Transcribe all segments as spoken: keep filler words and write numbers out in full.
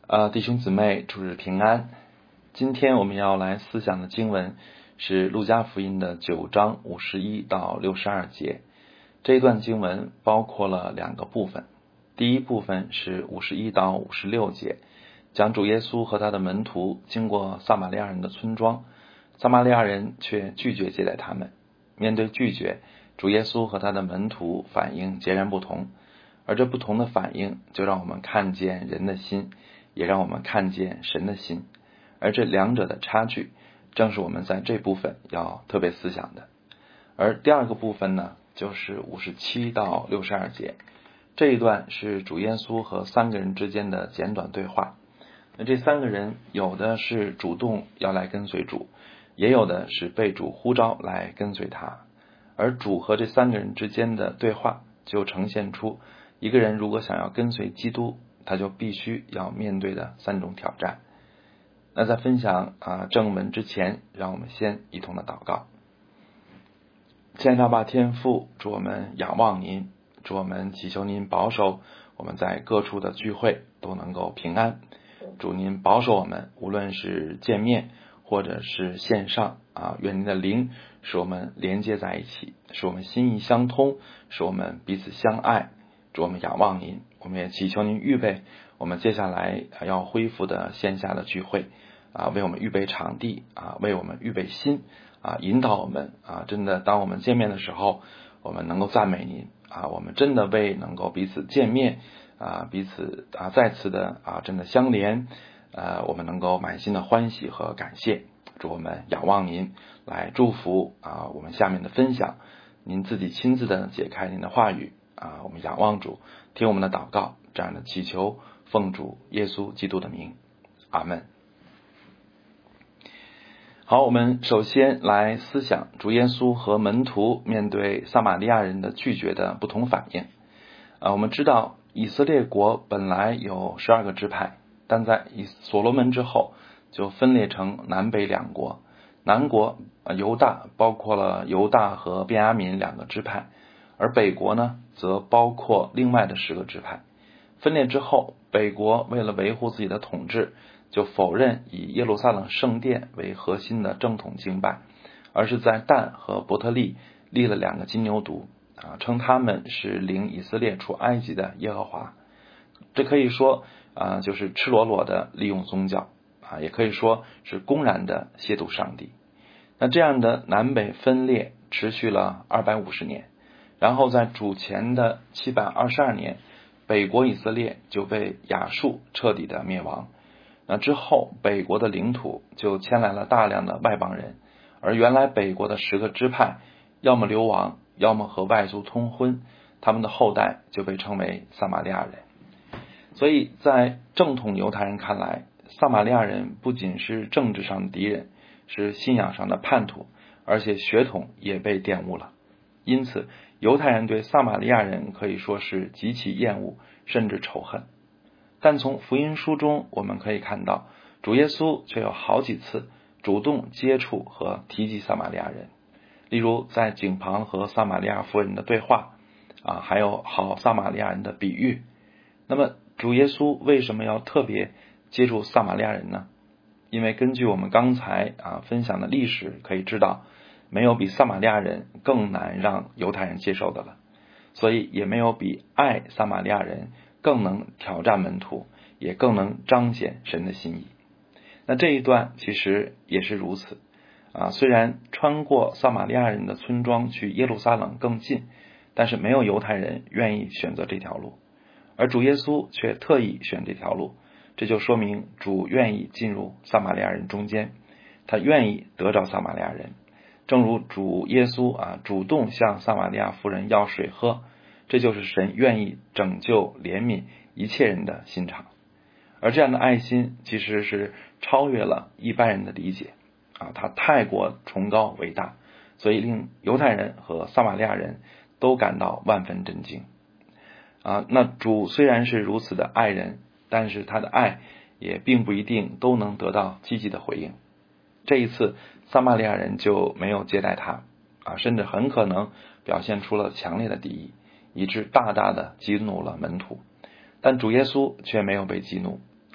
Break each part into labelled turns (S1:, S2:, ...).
S1: 呃，弟兄姊妹，主日平安。今天我们要来思想的经文是路加福音的九章五十一到六十二节。这一段经文包括了两个部分。第一部分是五十一到五十六节，讲主耶稣和他的门徒经过撒玛利亚人的村庄，撒玛利亚人却拒绝接待他们。面对拒绝，主耶稣和他的门徒反应截然不同，而这不同的反应就让我们看见人的心，也让我们看见神的心，而这两者的差距正是我们在这部分要特别思想的。而第二个部分呢，就是五十七到六十二节，这一段是主耶稣和三个人之间的简短对话。那这三个人有的是主动要来跟随主，也有的是被主呼召来跟随他，而主和这三个人之间的对话就呈现出一个人如果想要跟随基督，他就必须要面对的三种挑战。那在分享啊正文之前，让我们先一同的祷告。亲爱的爸天父，主我们仰望您，主我们祈求您保守我们在各处的聚会都能够平安。主您保守我们，无论是见面或者是线上啊，愿您的灵使我们连接在一起，使我们心意相通，使我们彼此相爱。主我们仰望您，我们也祈求您预备我们接下来要恢复的线下的聚会啊，为我们预备场地啊，为我们预备心啊，引导我们啊，真的当我们见面的时候，我们能够赞美您啊，我们真的为能够彼此见面啊，彼此啊再次的啊真的相连，呃，我们能够满心的欢喜和感谢。主我们仰望您来祝福啊我们下面的分享，您自己亲自的解开您的话语啊，我们仰望主，听我们的祷告，这样的祈求，奉主耶稣基督的名，阿们。好，我们首先来思想主耶稣和门徒面对撒玛利亚人的拒绝的不同反应。啊，我们知道以色列国本来有十二个支派，但在以所罗门之后就分裂成南北两国。南国犹大包括了犹大和便雅悯两个支派，而北国呢则包括另外的十个支派。分裂之后，北国为了维护自己的统治，就否认以耶路撒冷圣殿为核心的正统敬拜，而是在但和伯特利立了两个金牛犊啊，称他们是领以色列出埃及的耶和华。这可以说啊，就是赤裸裸的利用宗教啊，也可以说是公然的亵渎上帝。那这样的南北分裂持续了二百五十年，然后在主前的七百二十二年，北国以色列就被亚述彻底的灭亡。那之后，北国的领土就迁来了大量的外邦人，而原来北国的十个支派，要么流亡，要么和外族通婚，他们的后代就被称为撒玛利亚人。所以在正统犹太人看来，撒玛利亚人不仅是政治上的敌人，是信仰上的叛徒，而且血统也被玷污了。因此犹太人对撒玛利亚人可以说是极其厌恶，甚至仇恨。但从福音书中我们可以看到，主耶稣却有好几次主动接触和提及撒玛利亚人。例如在井旁和撒玛利亚妇人的对话啊，还有好撒玛利亚人的比喻。那么主耶稣为什么要特别接触撒玛利亚人呢？因为根据我们刚才啊分享的历史可以知道，没有比撒玛利亚人更难让犹太人接受的了，所以也没有比爱撒玛利亚人更能挑战门徒，也更能彰显神的心意。那这一段其实也是如此啊，虽然穿过撒玛利亚人的村庄去耶路撒冷更近，但是没有犹太人愿意选择这条路，而主耶稣却特意选这条路，这就说明主愿意进入撒玛利亚人中间，他愿意得着撒玛利亚人。正如主耶稣啊主动向撒玛利亚妇人要水喝，这就是神愿意拯救怜悯一切人的心肠。而这样的爱心其实是超越了一般人的理解啊，它太过崇高伟大，所以令犹太人和撒玛利亚人都感到万分震惊啊。那主虽然是如此的爱人，但是他的爱也并不一定都能得到积极的回应。这一次撒玛利亚人就没有接待他啊，甚至很可能表现出了强烈的敌意，以致大大的激怒了门徒。但主耶稣却没有被激怒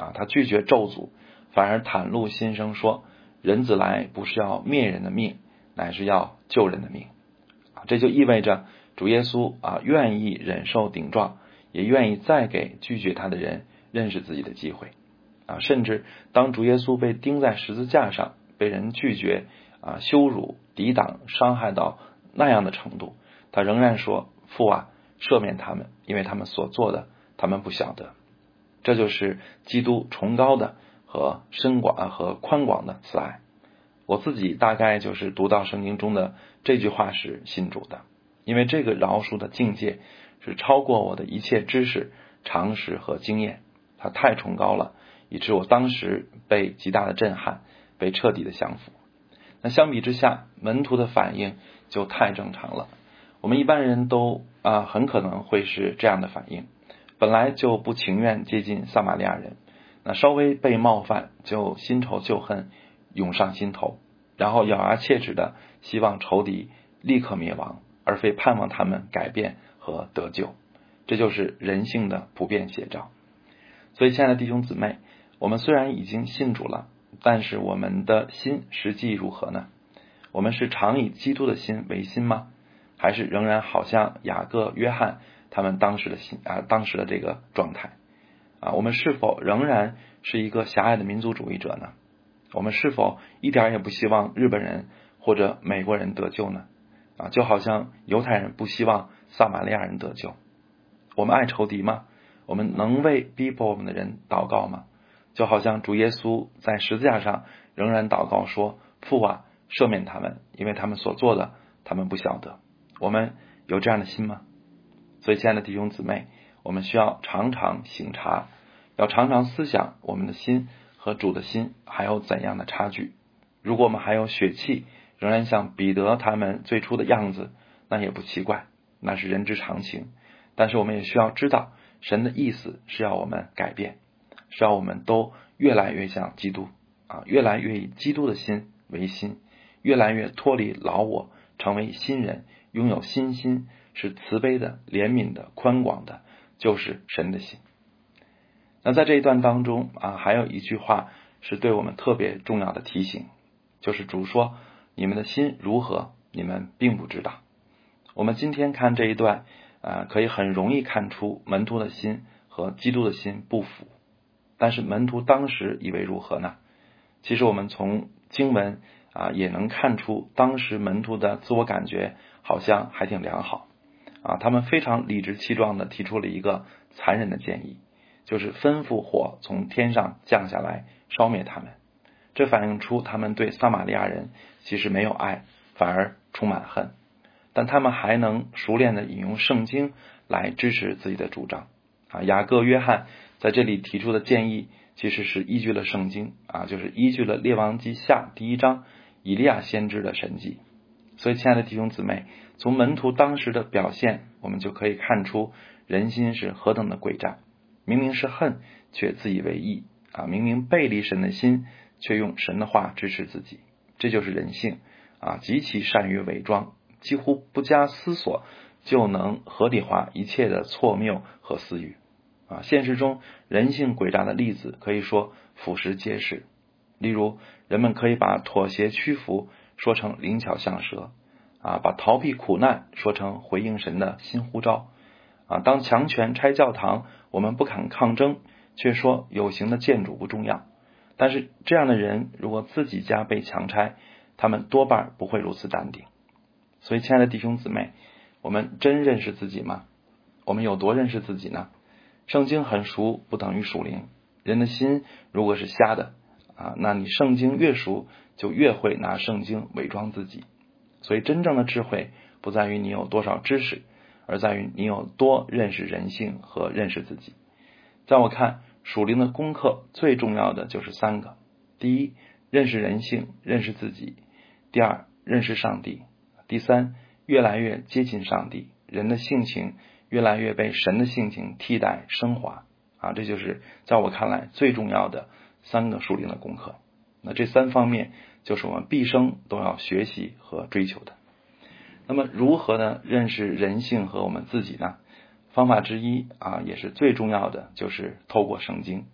S1: 啊，他拒绝咒诅，反而袒露心声说，人子来不是要灭人的命，乃是要救人的命。啊，这就意味着主耶稣啊愿意忍受顶撞，也愿意再给拒绝他的人认识自己的机会。啊，甚至当主耶稣被钉在十字架上，被人拒绝啊羞辱、抵挡、伤害到那样的程度，他仍然说，父啊，赦免他们，因为他们所做的他们不晓得。这就是基督崇高的和深广和宽广的慈爱。我自己大概就是读到圣经中的这句话时信主的，因为这个饶恕的境界是超过我的一切知识、常识和经验，它太崇高了，以致我当时被极大的震撼，被彻底的降服。那相比之下，门徒的反应就太正常了。我们一般人都啊很可能会是这样的反应，本来就不情愿接近撒玛利亚人，那稍微被冒犯就新仇旧恨涌上心头，然后咬牙切齿的希望仇敌立刻灭亡，而非盼望他们改变和得救。这就是人性的普遍写照。所以亲爱的弟兄姊妹，我们虽然已经信主了，但是我们的心实际如何呢？我们是常以基督的心为心吗？还是仍然好像雅各、约翰他们当时的心啊，当时的这个状态啊？我们是否仍然是一个狭隘的民族主义者呢？我们是否一点也不希望日本人或者美国人得救呢？啊，就好像犹太人不希望撒玛利亚人得救。我们爱仇敌吗？我们能为逼迫我们的人祷告吗？就好像主耶稣在十字架上仍然祷告说，父啊，赦免他们，因为他们所做的他们不晓得。我们有这样的心吗？所以亲爱的弟兄姊妹，我们需要常常省察，要常常思想我们的心和主的心还有怎样的差距。如果我们还有血气，仍然像彼得他们最初的样子，那也不奇怪，那是人之常情。但是我们也需要知道，神的意思是要我们改变，是要我们都越来越像基督啊，越来越以基督的心为心，越来越脱离老我，成为新人，拥有新心，是慈悲的、怜悯的、宽广的，就是神的心。那在这一段当中啊，还有一句话是对我们特别重要的提醒，就是主说，你们的心如何，你们并不知道。我们今天看这一段啊，可以很容易看出门徒的心和基督的心不符。但是门徒当时以为如何呢？其实我们从经文啊也能看出，当时门徒的自我感觉好像还挺良好啊，他们非常理直气壮的提出了一个残忍的建议，就是吩咐火从天上降下来烧灭他们。这反映出他们对撒玛利亚人其实没有爱，反而充满恨。但他们还能熟练的引用圣经来支持自己的主张啊。雅各、约翰在这里提出的建议其实是依据了圣经啊，就是依据了列王记下第一章以利亚先知的神迹。所以亲爱的弟兄姊妹，从门徒当时的表现，我们就可以看出人心是何等的诡诈，明明是恨却自以为义啊，明明背离神的心却用神的话支持自己，这就是人性啊，极其善于伪装，几乎不加思索就能合理化一切的错谬和私欲啊。现实中人性诡诈的例子可以说俯拾皆是，例如人们可以把妥协屈服说成灵巧像蛇啊，把逃避苦难说成回应神的新呼召啊。当强权拆教堂，我们不敢抗争，却说有形的建筑不重要。但是这样的人如果自己家被强拆，他们多半不会如此淡定。所以亲爱的弟兄姊妹，我们真认识自己吗？我们有多认识自己呢？圣经很熟不等于属灵，人的心如果是瞎的啊，那你圣经越熟，就越会拿圣经伪装自己。所以真正的智慧不在于你有多少知识，而在于你有多认识人性和认识自己。在我看，属灵的功课最重要的就是三个：第一，认识人性，认识自己；第二，认识上帝；第三，越来越接近上帝，人的性情越来越被神的性情替代升华啊，这就是在我看来最重要的三个属灵的功课。那这三方面就是我们毕生都要学习和追求的。那么如何呢认识人性和我们自己呢？方法之一啊，也是最重要的，就是透过圣经。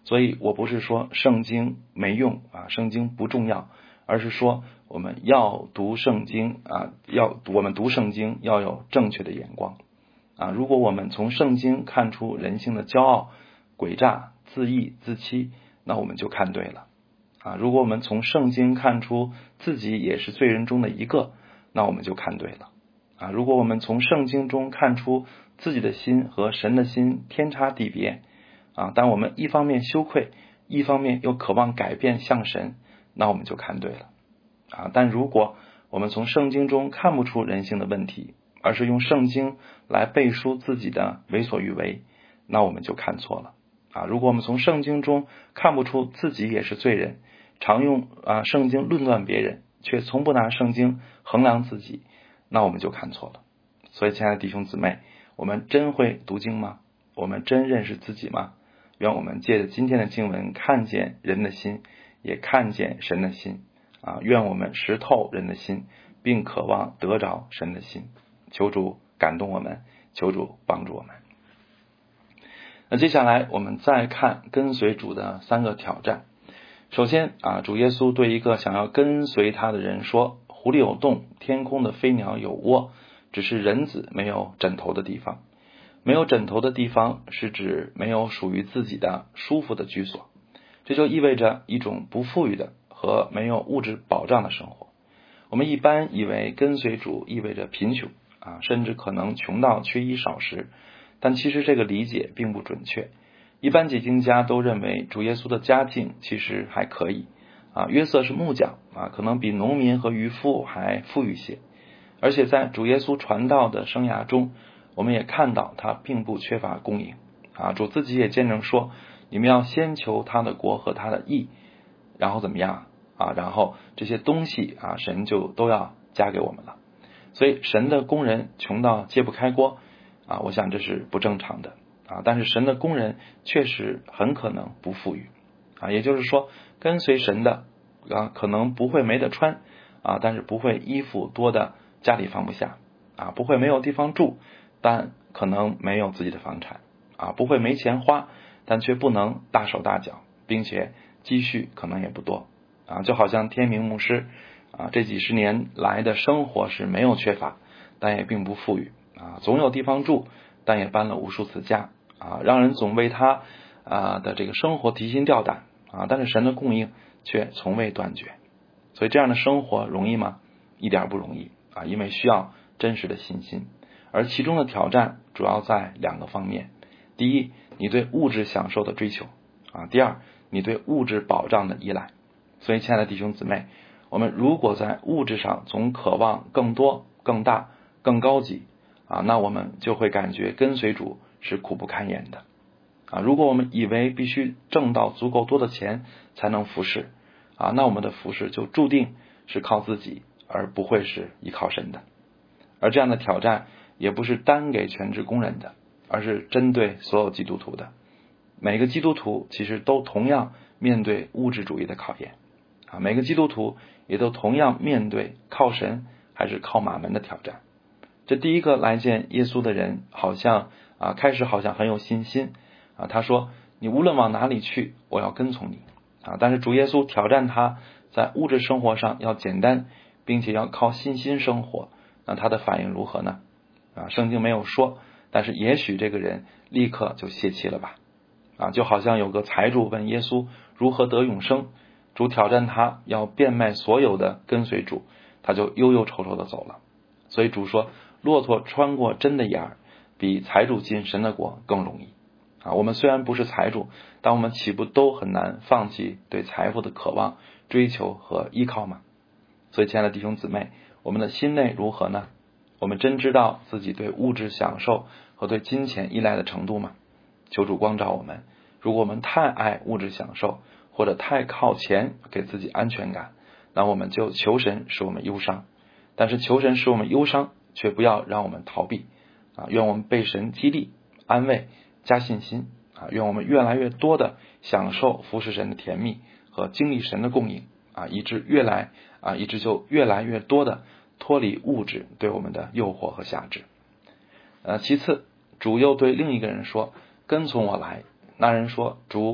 S1: 所以我不是说圣经没用啊，圣经不重要，而是说我们要读圣经啊，要我们读圣经要有正确的眼光啊。如果我们从圣经看出人性的骄傲、诡诈、自义、自欺，那我们就看对了啊。如果我们从圣经看出自己也是罪人中的一个，那我们就看对了啊。如果我们从圣经中看出自己的心和神的心天差地别啊，但我们一方面羞愧，一方面又渴望改变向神，那我们就看对了啊。但如果我们从圣经中看不出人性的问题，而是用圣经来背书自己的为所欲为，那我们就看错了啊。如果我们从圣经中看不出自己也是罪人，常用啊圣经论断别人，却从不拿圣经衡量自己，那我们就看错了。所以亲爱的弟兄姊妹，我们真会读经吗？我们真认识自己吗？愿我们借着今天的经文看见人的心，也看见神的心啊！愿我们识透人的心，并渴望得着神的心。求主感动我们，求主帮助我们。那接下来我们再看跟随主的三个挑战。首先啊，主耶稣对一个想要跟随他的人说，湖里有洞，天空的飞鸟有窝，只是人子没有枕头的地方。没有枕头的地方是指没有属于自己的舒服的居所，这就意味着一种不富裕的和没有物质保障的生活。我们一般以为跟随主意味着贫穷啊，甚至可能穷到缺衣少食，但其实这个理解并不准确。一般解经家都认为主耶稣的家境其实还可以啊，约瑟是木匠啊，可能比农民和渔夫还富裕些。而且在主耶稣传道的生涯中，我们也看到他并不缺乏供应啊，主自己也见证说，你们要先求他的国和他的义，然后怎么样啊？然后这些东西啊，神就都要加给我们了。所以神的工人穷到揭不开锅啊，我想这是不正常的啊。但是神的工人确实很可能不富裕啊，也就是说，跟随神的啊，可能不会没得穿啊，但是不会衣服多的家里放不下啊，不会没有地方住，但可能没有自己的房产啊，不会没钱花，但却不能大手大脚，并且积蓄可能也不多啊。就好像天明牧师啊，这几十年来的生活是没有缺乏，但也并不富裕啊，总有地方住，但也搬了无数次家啊，让人总为他啊的这个生活提心吊胆啊。但是神的供应却从未断绝，所以这样的生活容易吗？一点不容易啊，因为需要真实的信心。而其中的挑战主要在两个方面：第一，你对物质享受的追求啊；第二，你对物质保障的依赖。所以亲爱的弟兄姊妹，我们如果在物质上总渴望更多、更大、更高级啊，那我们就会感觉跟随主是苦不堪言的啊。如果我们以为必须挣到足够多的钱才能服侍啊，那我们的服侍就注定是靠自己，而不会是依靠神的。而这样的挑战也不是单给全职工人的，而是针对所有基督徒的。每个基督徒其实都同样面对物质主义的考验啊，每个基督徒也都同样面对靠神还是靠马门的挑战。这第一个来见耶稣的人好像啊，开始好像很有信心啊，他说你无论往哪里去，我要跟从你啊。但是主耶稣挑战他在物质生活上要简单，并且要靠信心生活，那他的反应如何呢？啊，圣经没有说，但是也许这个人立刻就泄气了吧啊，就好像有个财主问耶稣如何得永生，主挑战他要变卖所有的跟随主，他就忧忧愁愁的走了。所以主说，骆驼穿过针的眼儿，比财主进神的国更容易啊。我们虽然不是财主，但我们岂不都很难放弃对财富的渴望、追求和依靠吗？所以亲爱的弟兄姊妹，我们的心内如何呢？我们真知道自己对物质享受和对金钱依赖的程度吗？求主光照我们，如果我们太爱物质享受，或者太靠钱给自己安全感，那我们就求神使我们忧伤。但是求神使我们忧伤，却不要让我们逃避啊！愿我们被神激励、安慰、加信心啊！愿我们越来越多的享受服侍神的甜蜜和经历神的供应啊，以致越来啊，以致就越来越多的脱离物质对我们的诱惑和辖制。呃，其次，主又对另一个人说：“跟从我来。”那人说：“主，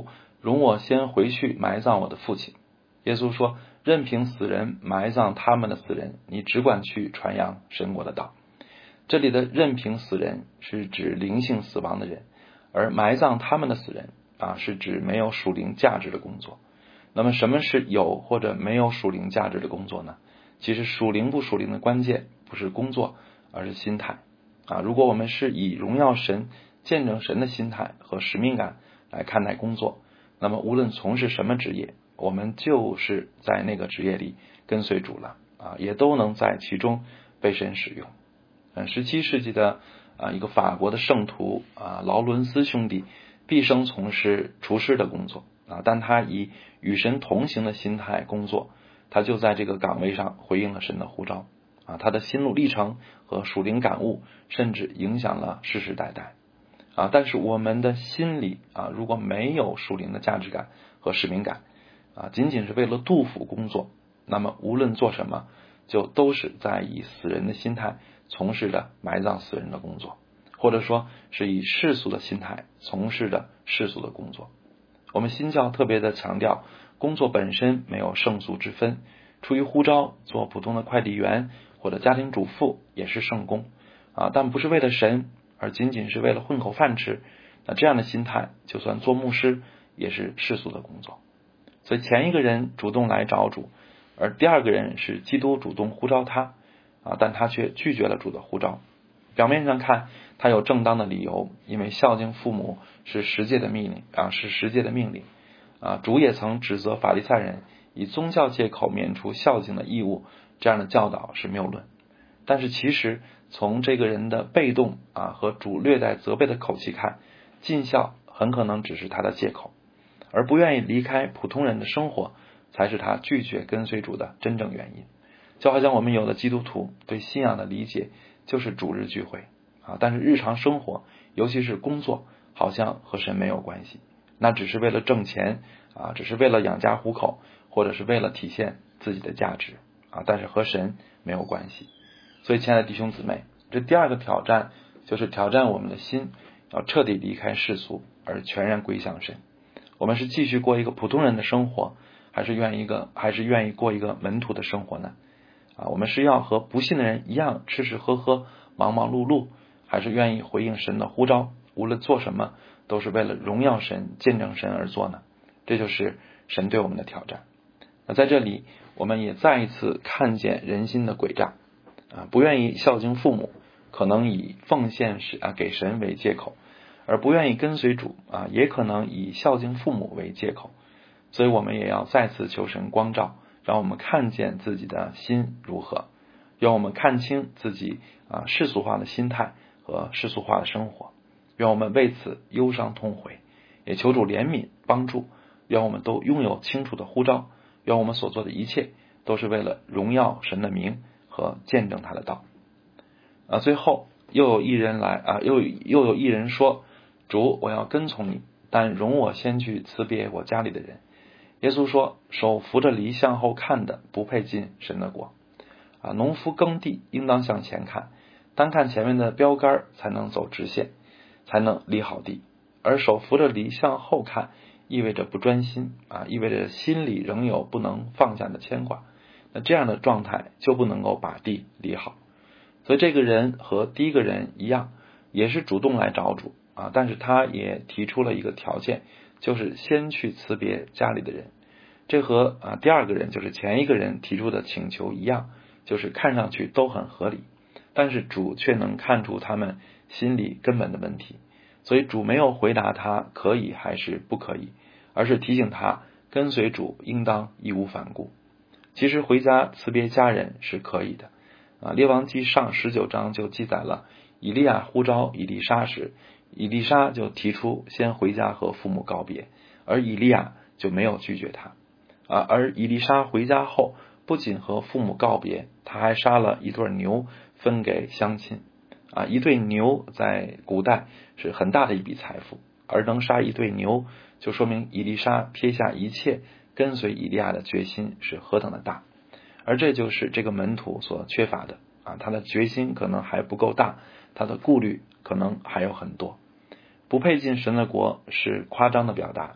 S1: 容我先回去埋葬我的父亲。耶稣说，任凭死人埋葬他们的死人，你只管去传扬神国的道。这里的任凭死人是指灵性死亡的人，而埋葬他们的死人啊，是指没有属灵价值的工作。那么什么是有或者没有属灵价值的工作呢？其实属灵不属灵的关键不是工作，而是心态啊。如果我们是以荣耀神、见证神的心态和使命感来看待工作，那么无论从事什么职业，我们就是在那个职业里跟随主了啊，也都能在其中被神使用。嗯，十七世纪的啊一个法国的圣徒啊劳伦斯兄弟，毕生从事厨师的工作啊，但他以与神同行的心态工作，他就在这个岗位上回应了神的呼召啊，他的心路历程和属灵感悟，甚至影响了世世代代啊。但是我们的心里啊，如果没有属灵的价值感和使命感啊，仅仅是为了杜甫工作，那么无论做什么，就都是在以死人的心态从事着埋葬死人的工作，或者说是以世俗的心态从事着世俗的工作。我们新教特别的强调，工作本身没有圣俗之分，出于呼召做普通的快递员或者家庭主妇也是圣工啊，但不是为了神，而仅仅是为了混口饭吃。那这样的心态，就算做牧师也是世俗的工作。所以前一个人主动来找主，而第二个人是基督主动呼召他啊，但他却拒绝了主的呼召。表面上看，他有正当的理由，因为孝敬父母是十诫的命令啊，是十诫的命令啊。主也曾指责法利赛人以宗教借口免除孝敬的义务，这样的教导是谬论。但是其实从这个人的被动啊和主略带责备的口气看，尽孝很可能只是他的借口，而不愿意离开普通人的生活，才是他拒绝跟随主的真正原因。就好像我们有的基督徒对信仰的理解就是主日聚会啊，但是日常生活，尤其是工作，好像和神没有关系，那只是为了挣钱啊，只是为了养家糊口，或者是为了体现自己的价值啊，但是和神没有关系。所以亲爱的弟兄姊妹，这第二个挑战就是挑战我们的心，要彻底离开世俗，而全然归向神。我们是继续过一个普通人的生活，还是愿意一个还是愿意过一个门徒的生活呢？啊，我们是要和不信的人一样吃吃喝喝、忙忙碌碌，还是愿意回应神的呼召，无论做什么都是为了荣耀神、见证神而做呢？这就是神对我们的挑战。那在这里，我们也再一次看见人心的诡诈啊，不愿意孝敬父母，可能以奉献是啊给神为借口，而不愿意跟随主啊，也可能以孝敬父母为借口。所以我们也要再次求神光照，让我们看见自己的心如何，让我们看清自己啊世俗化的心态和世俗化的生活，让我们为此忧伤痛悔，也求主怜悯帮助，让我们都拥有清楚的呼召，让我们所做的一切都是为了荣耀神的名和见证他的道。啊，最后又有一人来啊，又又有一人说，主，我要跟从你，但容我先去辞别我家里的人。耶稣说，手扶着犁向后看的不配进神的国啊。农夫耕地应当向前看，单看前面的标杆才能走直线，才能犁好地。而手扶着犁向后看，意味着不专心啊，意味着心里仍有不能放下的牵挂。那这样的状态就不能够把地犁好。所以这个人和第一个人一样，也是主动来找主啊，但是他也提出了一个条件，就是先去辞别家里的人。这和啊第二个人，就是前一个人提出的请求一样，就是看上去都很合理，但是主却能看出他们心里根本的问题。所以主没有回答他可以还是不可以，而是提醒他跟随主应当义无反顾。其实回家辞别家人是可以的啊，列王记上十九章就记载了以利亚呼召以利沙时，以利沙就提出先回家和父母告别，而以利亚就没有拒绝他啊。而以利沙回家后，不仅和父母告别，他还杀了一对牛分给乡亲啊。一对牛在古代是很大的一笔财富，而能杀一对牛，就说明以利沙撇下一切跟随以利亚的决心是何等的大。而这就是这个门徒所缺乏的啊，他的决心可能还不够大，他的顾虑可能还有很多。不配进神的国是夸张的表达，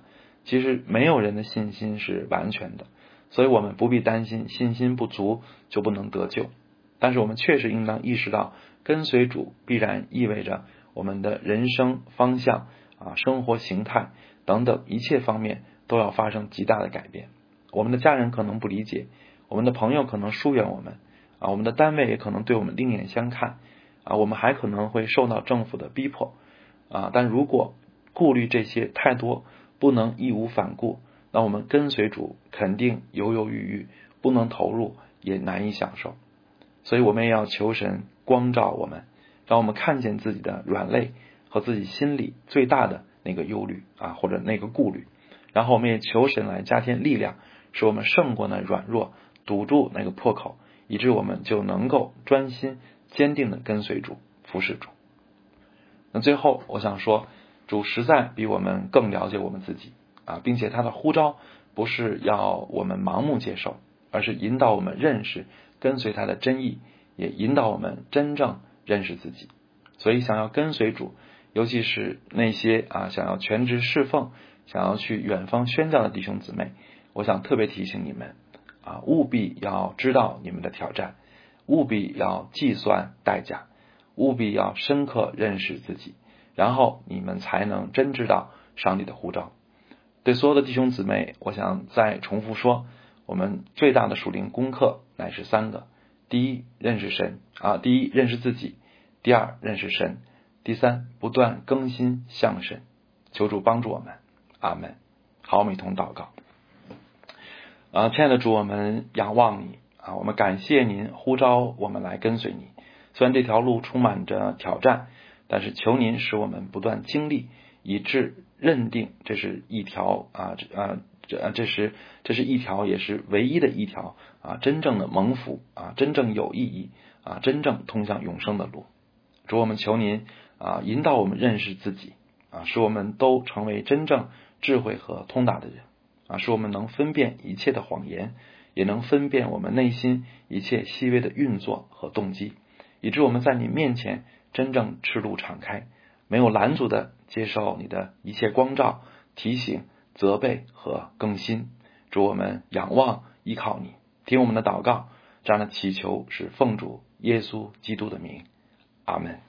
S1: 其实没有人的信心是完全的，所以我们不必担心信心不足就不能得救。但是我们确实应当意识到，跟随主必然意味着我们的人生方向啊、生活形态等等一切方面都要发生极大的改变。我们的家人可能不理解，我们的朋友可能疏远我们啊，我们的单位也可能对我们另眼相看啊，我们还可能会受到政府的逼迫啊。但如果顾虑这些太多，不能义无反顾，那我们跟随主肯定犹犹豫豫，不能投入，也难以享受。所以我们也要求神光照我们，让我们看见自己的软肋和自己心里最大的那个忧虑啊，或者那个顾虑。然后我们也求神来加添力量，使我们胜过那软弱，堵住那个破口，以致我们就能够专心坚定的跟随主，服侍主。那最后我想说，主实在比我们更了解我们自己啊，并且他的呼召不是要我们盲目接受，而是引导我们认识跟随他的真意，也引导我们真正认识自己。所以想要跟随主，尤其是那些啊想要全职侍奉，想要去远方宣教的弟兄姊妹，我想特别提醒你们啊，务必要知道你们的挑战，务必要计算代价，务必要深刻认识自己，然后你们才能真知道上帝的呼召。对所有的弟兄姊妹，我想再重复说，我们最大的属灵功课乃是三个：第一，认识神啊；第一，认识自己；第二，认识神；第三，不断更新向神。求主帮助我们，阿们。好，我们一同祷告。啊，亲爱的主，我们仰望你啊，我们感谢您呼召我们来跟随你。虽然这条路充满着挑战，但是求您使我们不断经历，以致认定这是一条啊啊这这是这是一条也是唯一的一条啊真正的蒙福啊真正有意义啊真正通向永生的路。主，我们求您啊引导我们认识自己啊，使我们都成为真正智慧和通达的人啊，使我们能分辨一切的谎言，也能分辨我们内心一切细微的运作和动机，以致我们在你面前真正赤露敞开，没有拦阻的接受你的一切光照、提醒、责备和更新。主，我们仰望依靠你，听我们的祷告，这样的祈求是奉主耶稣基督的名，阿们。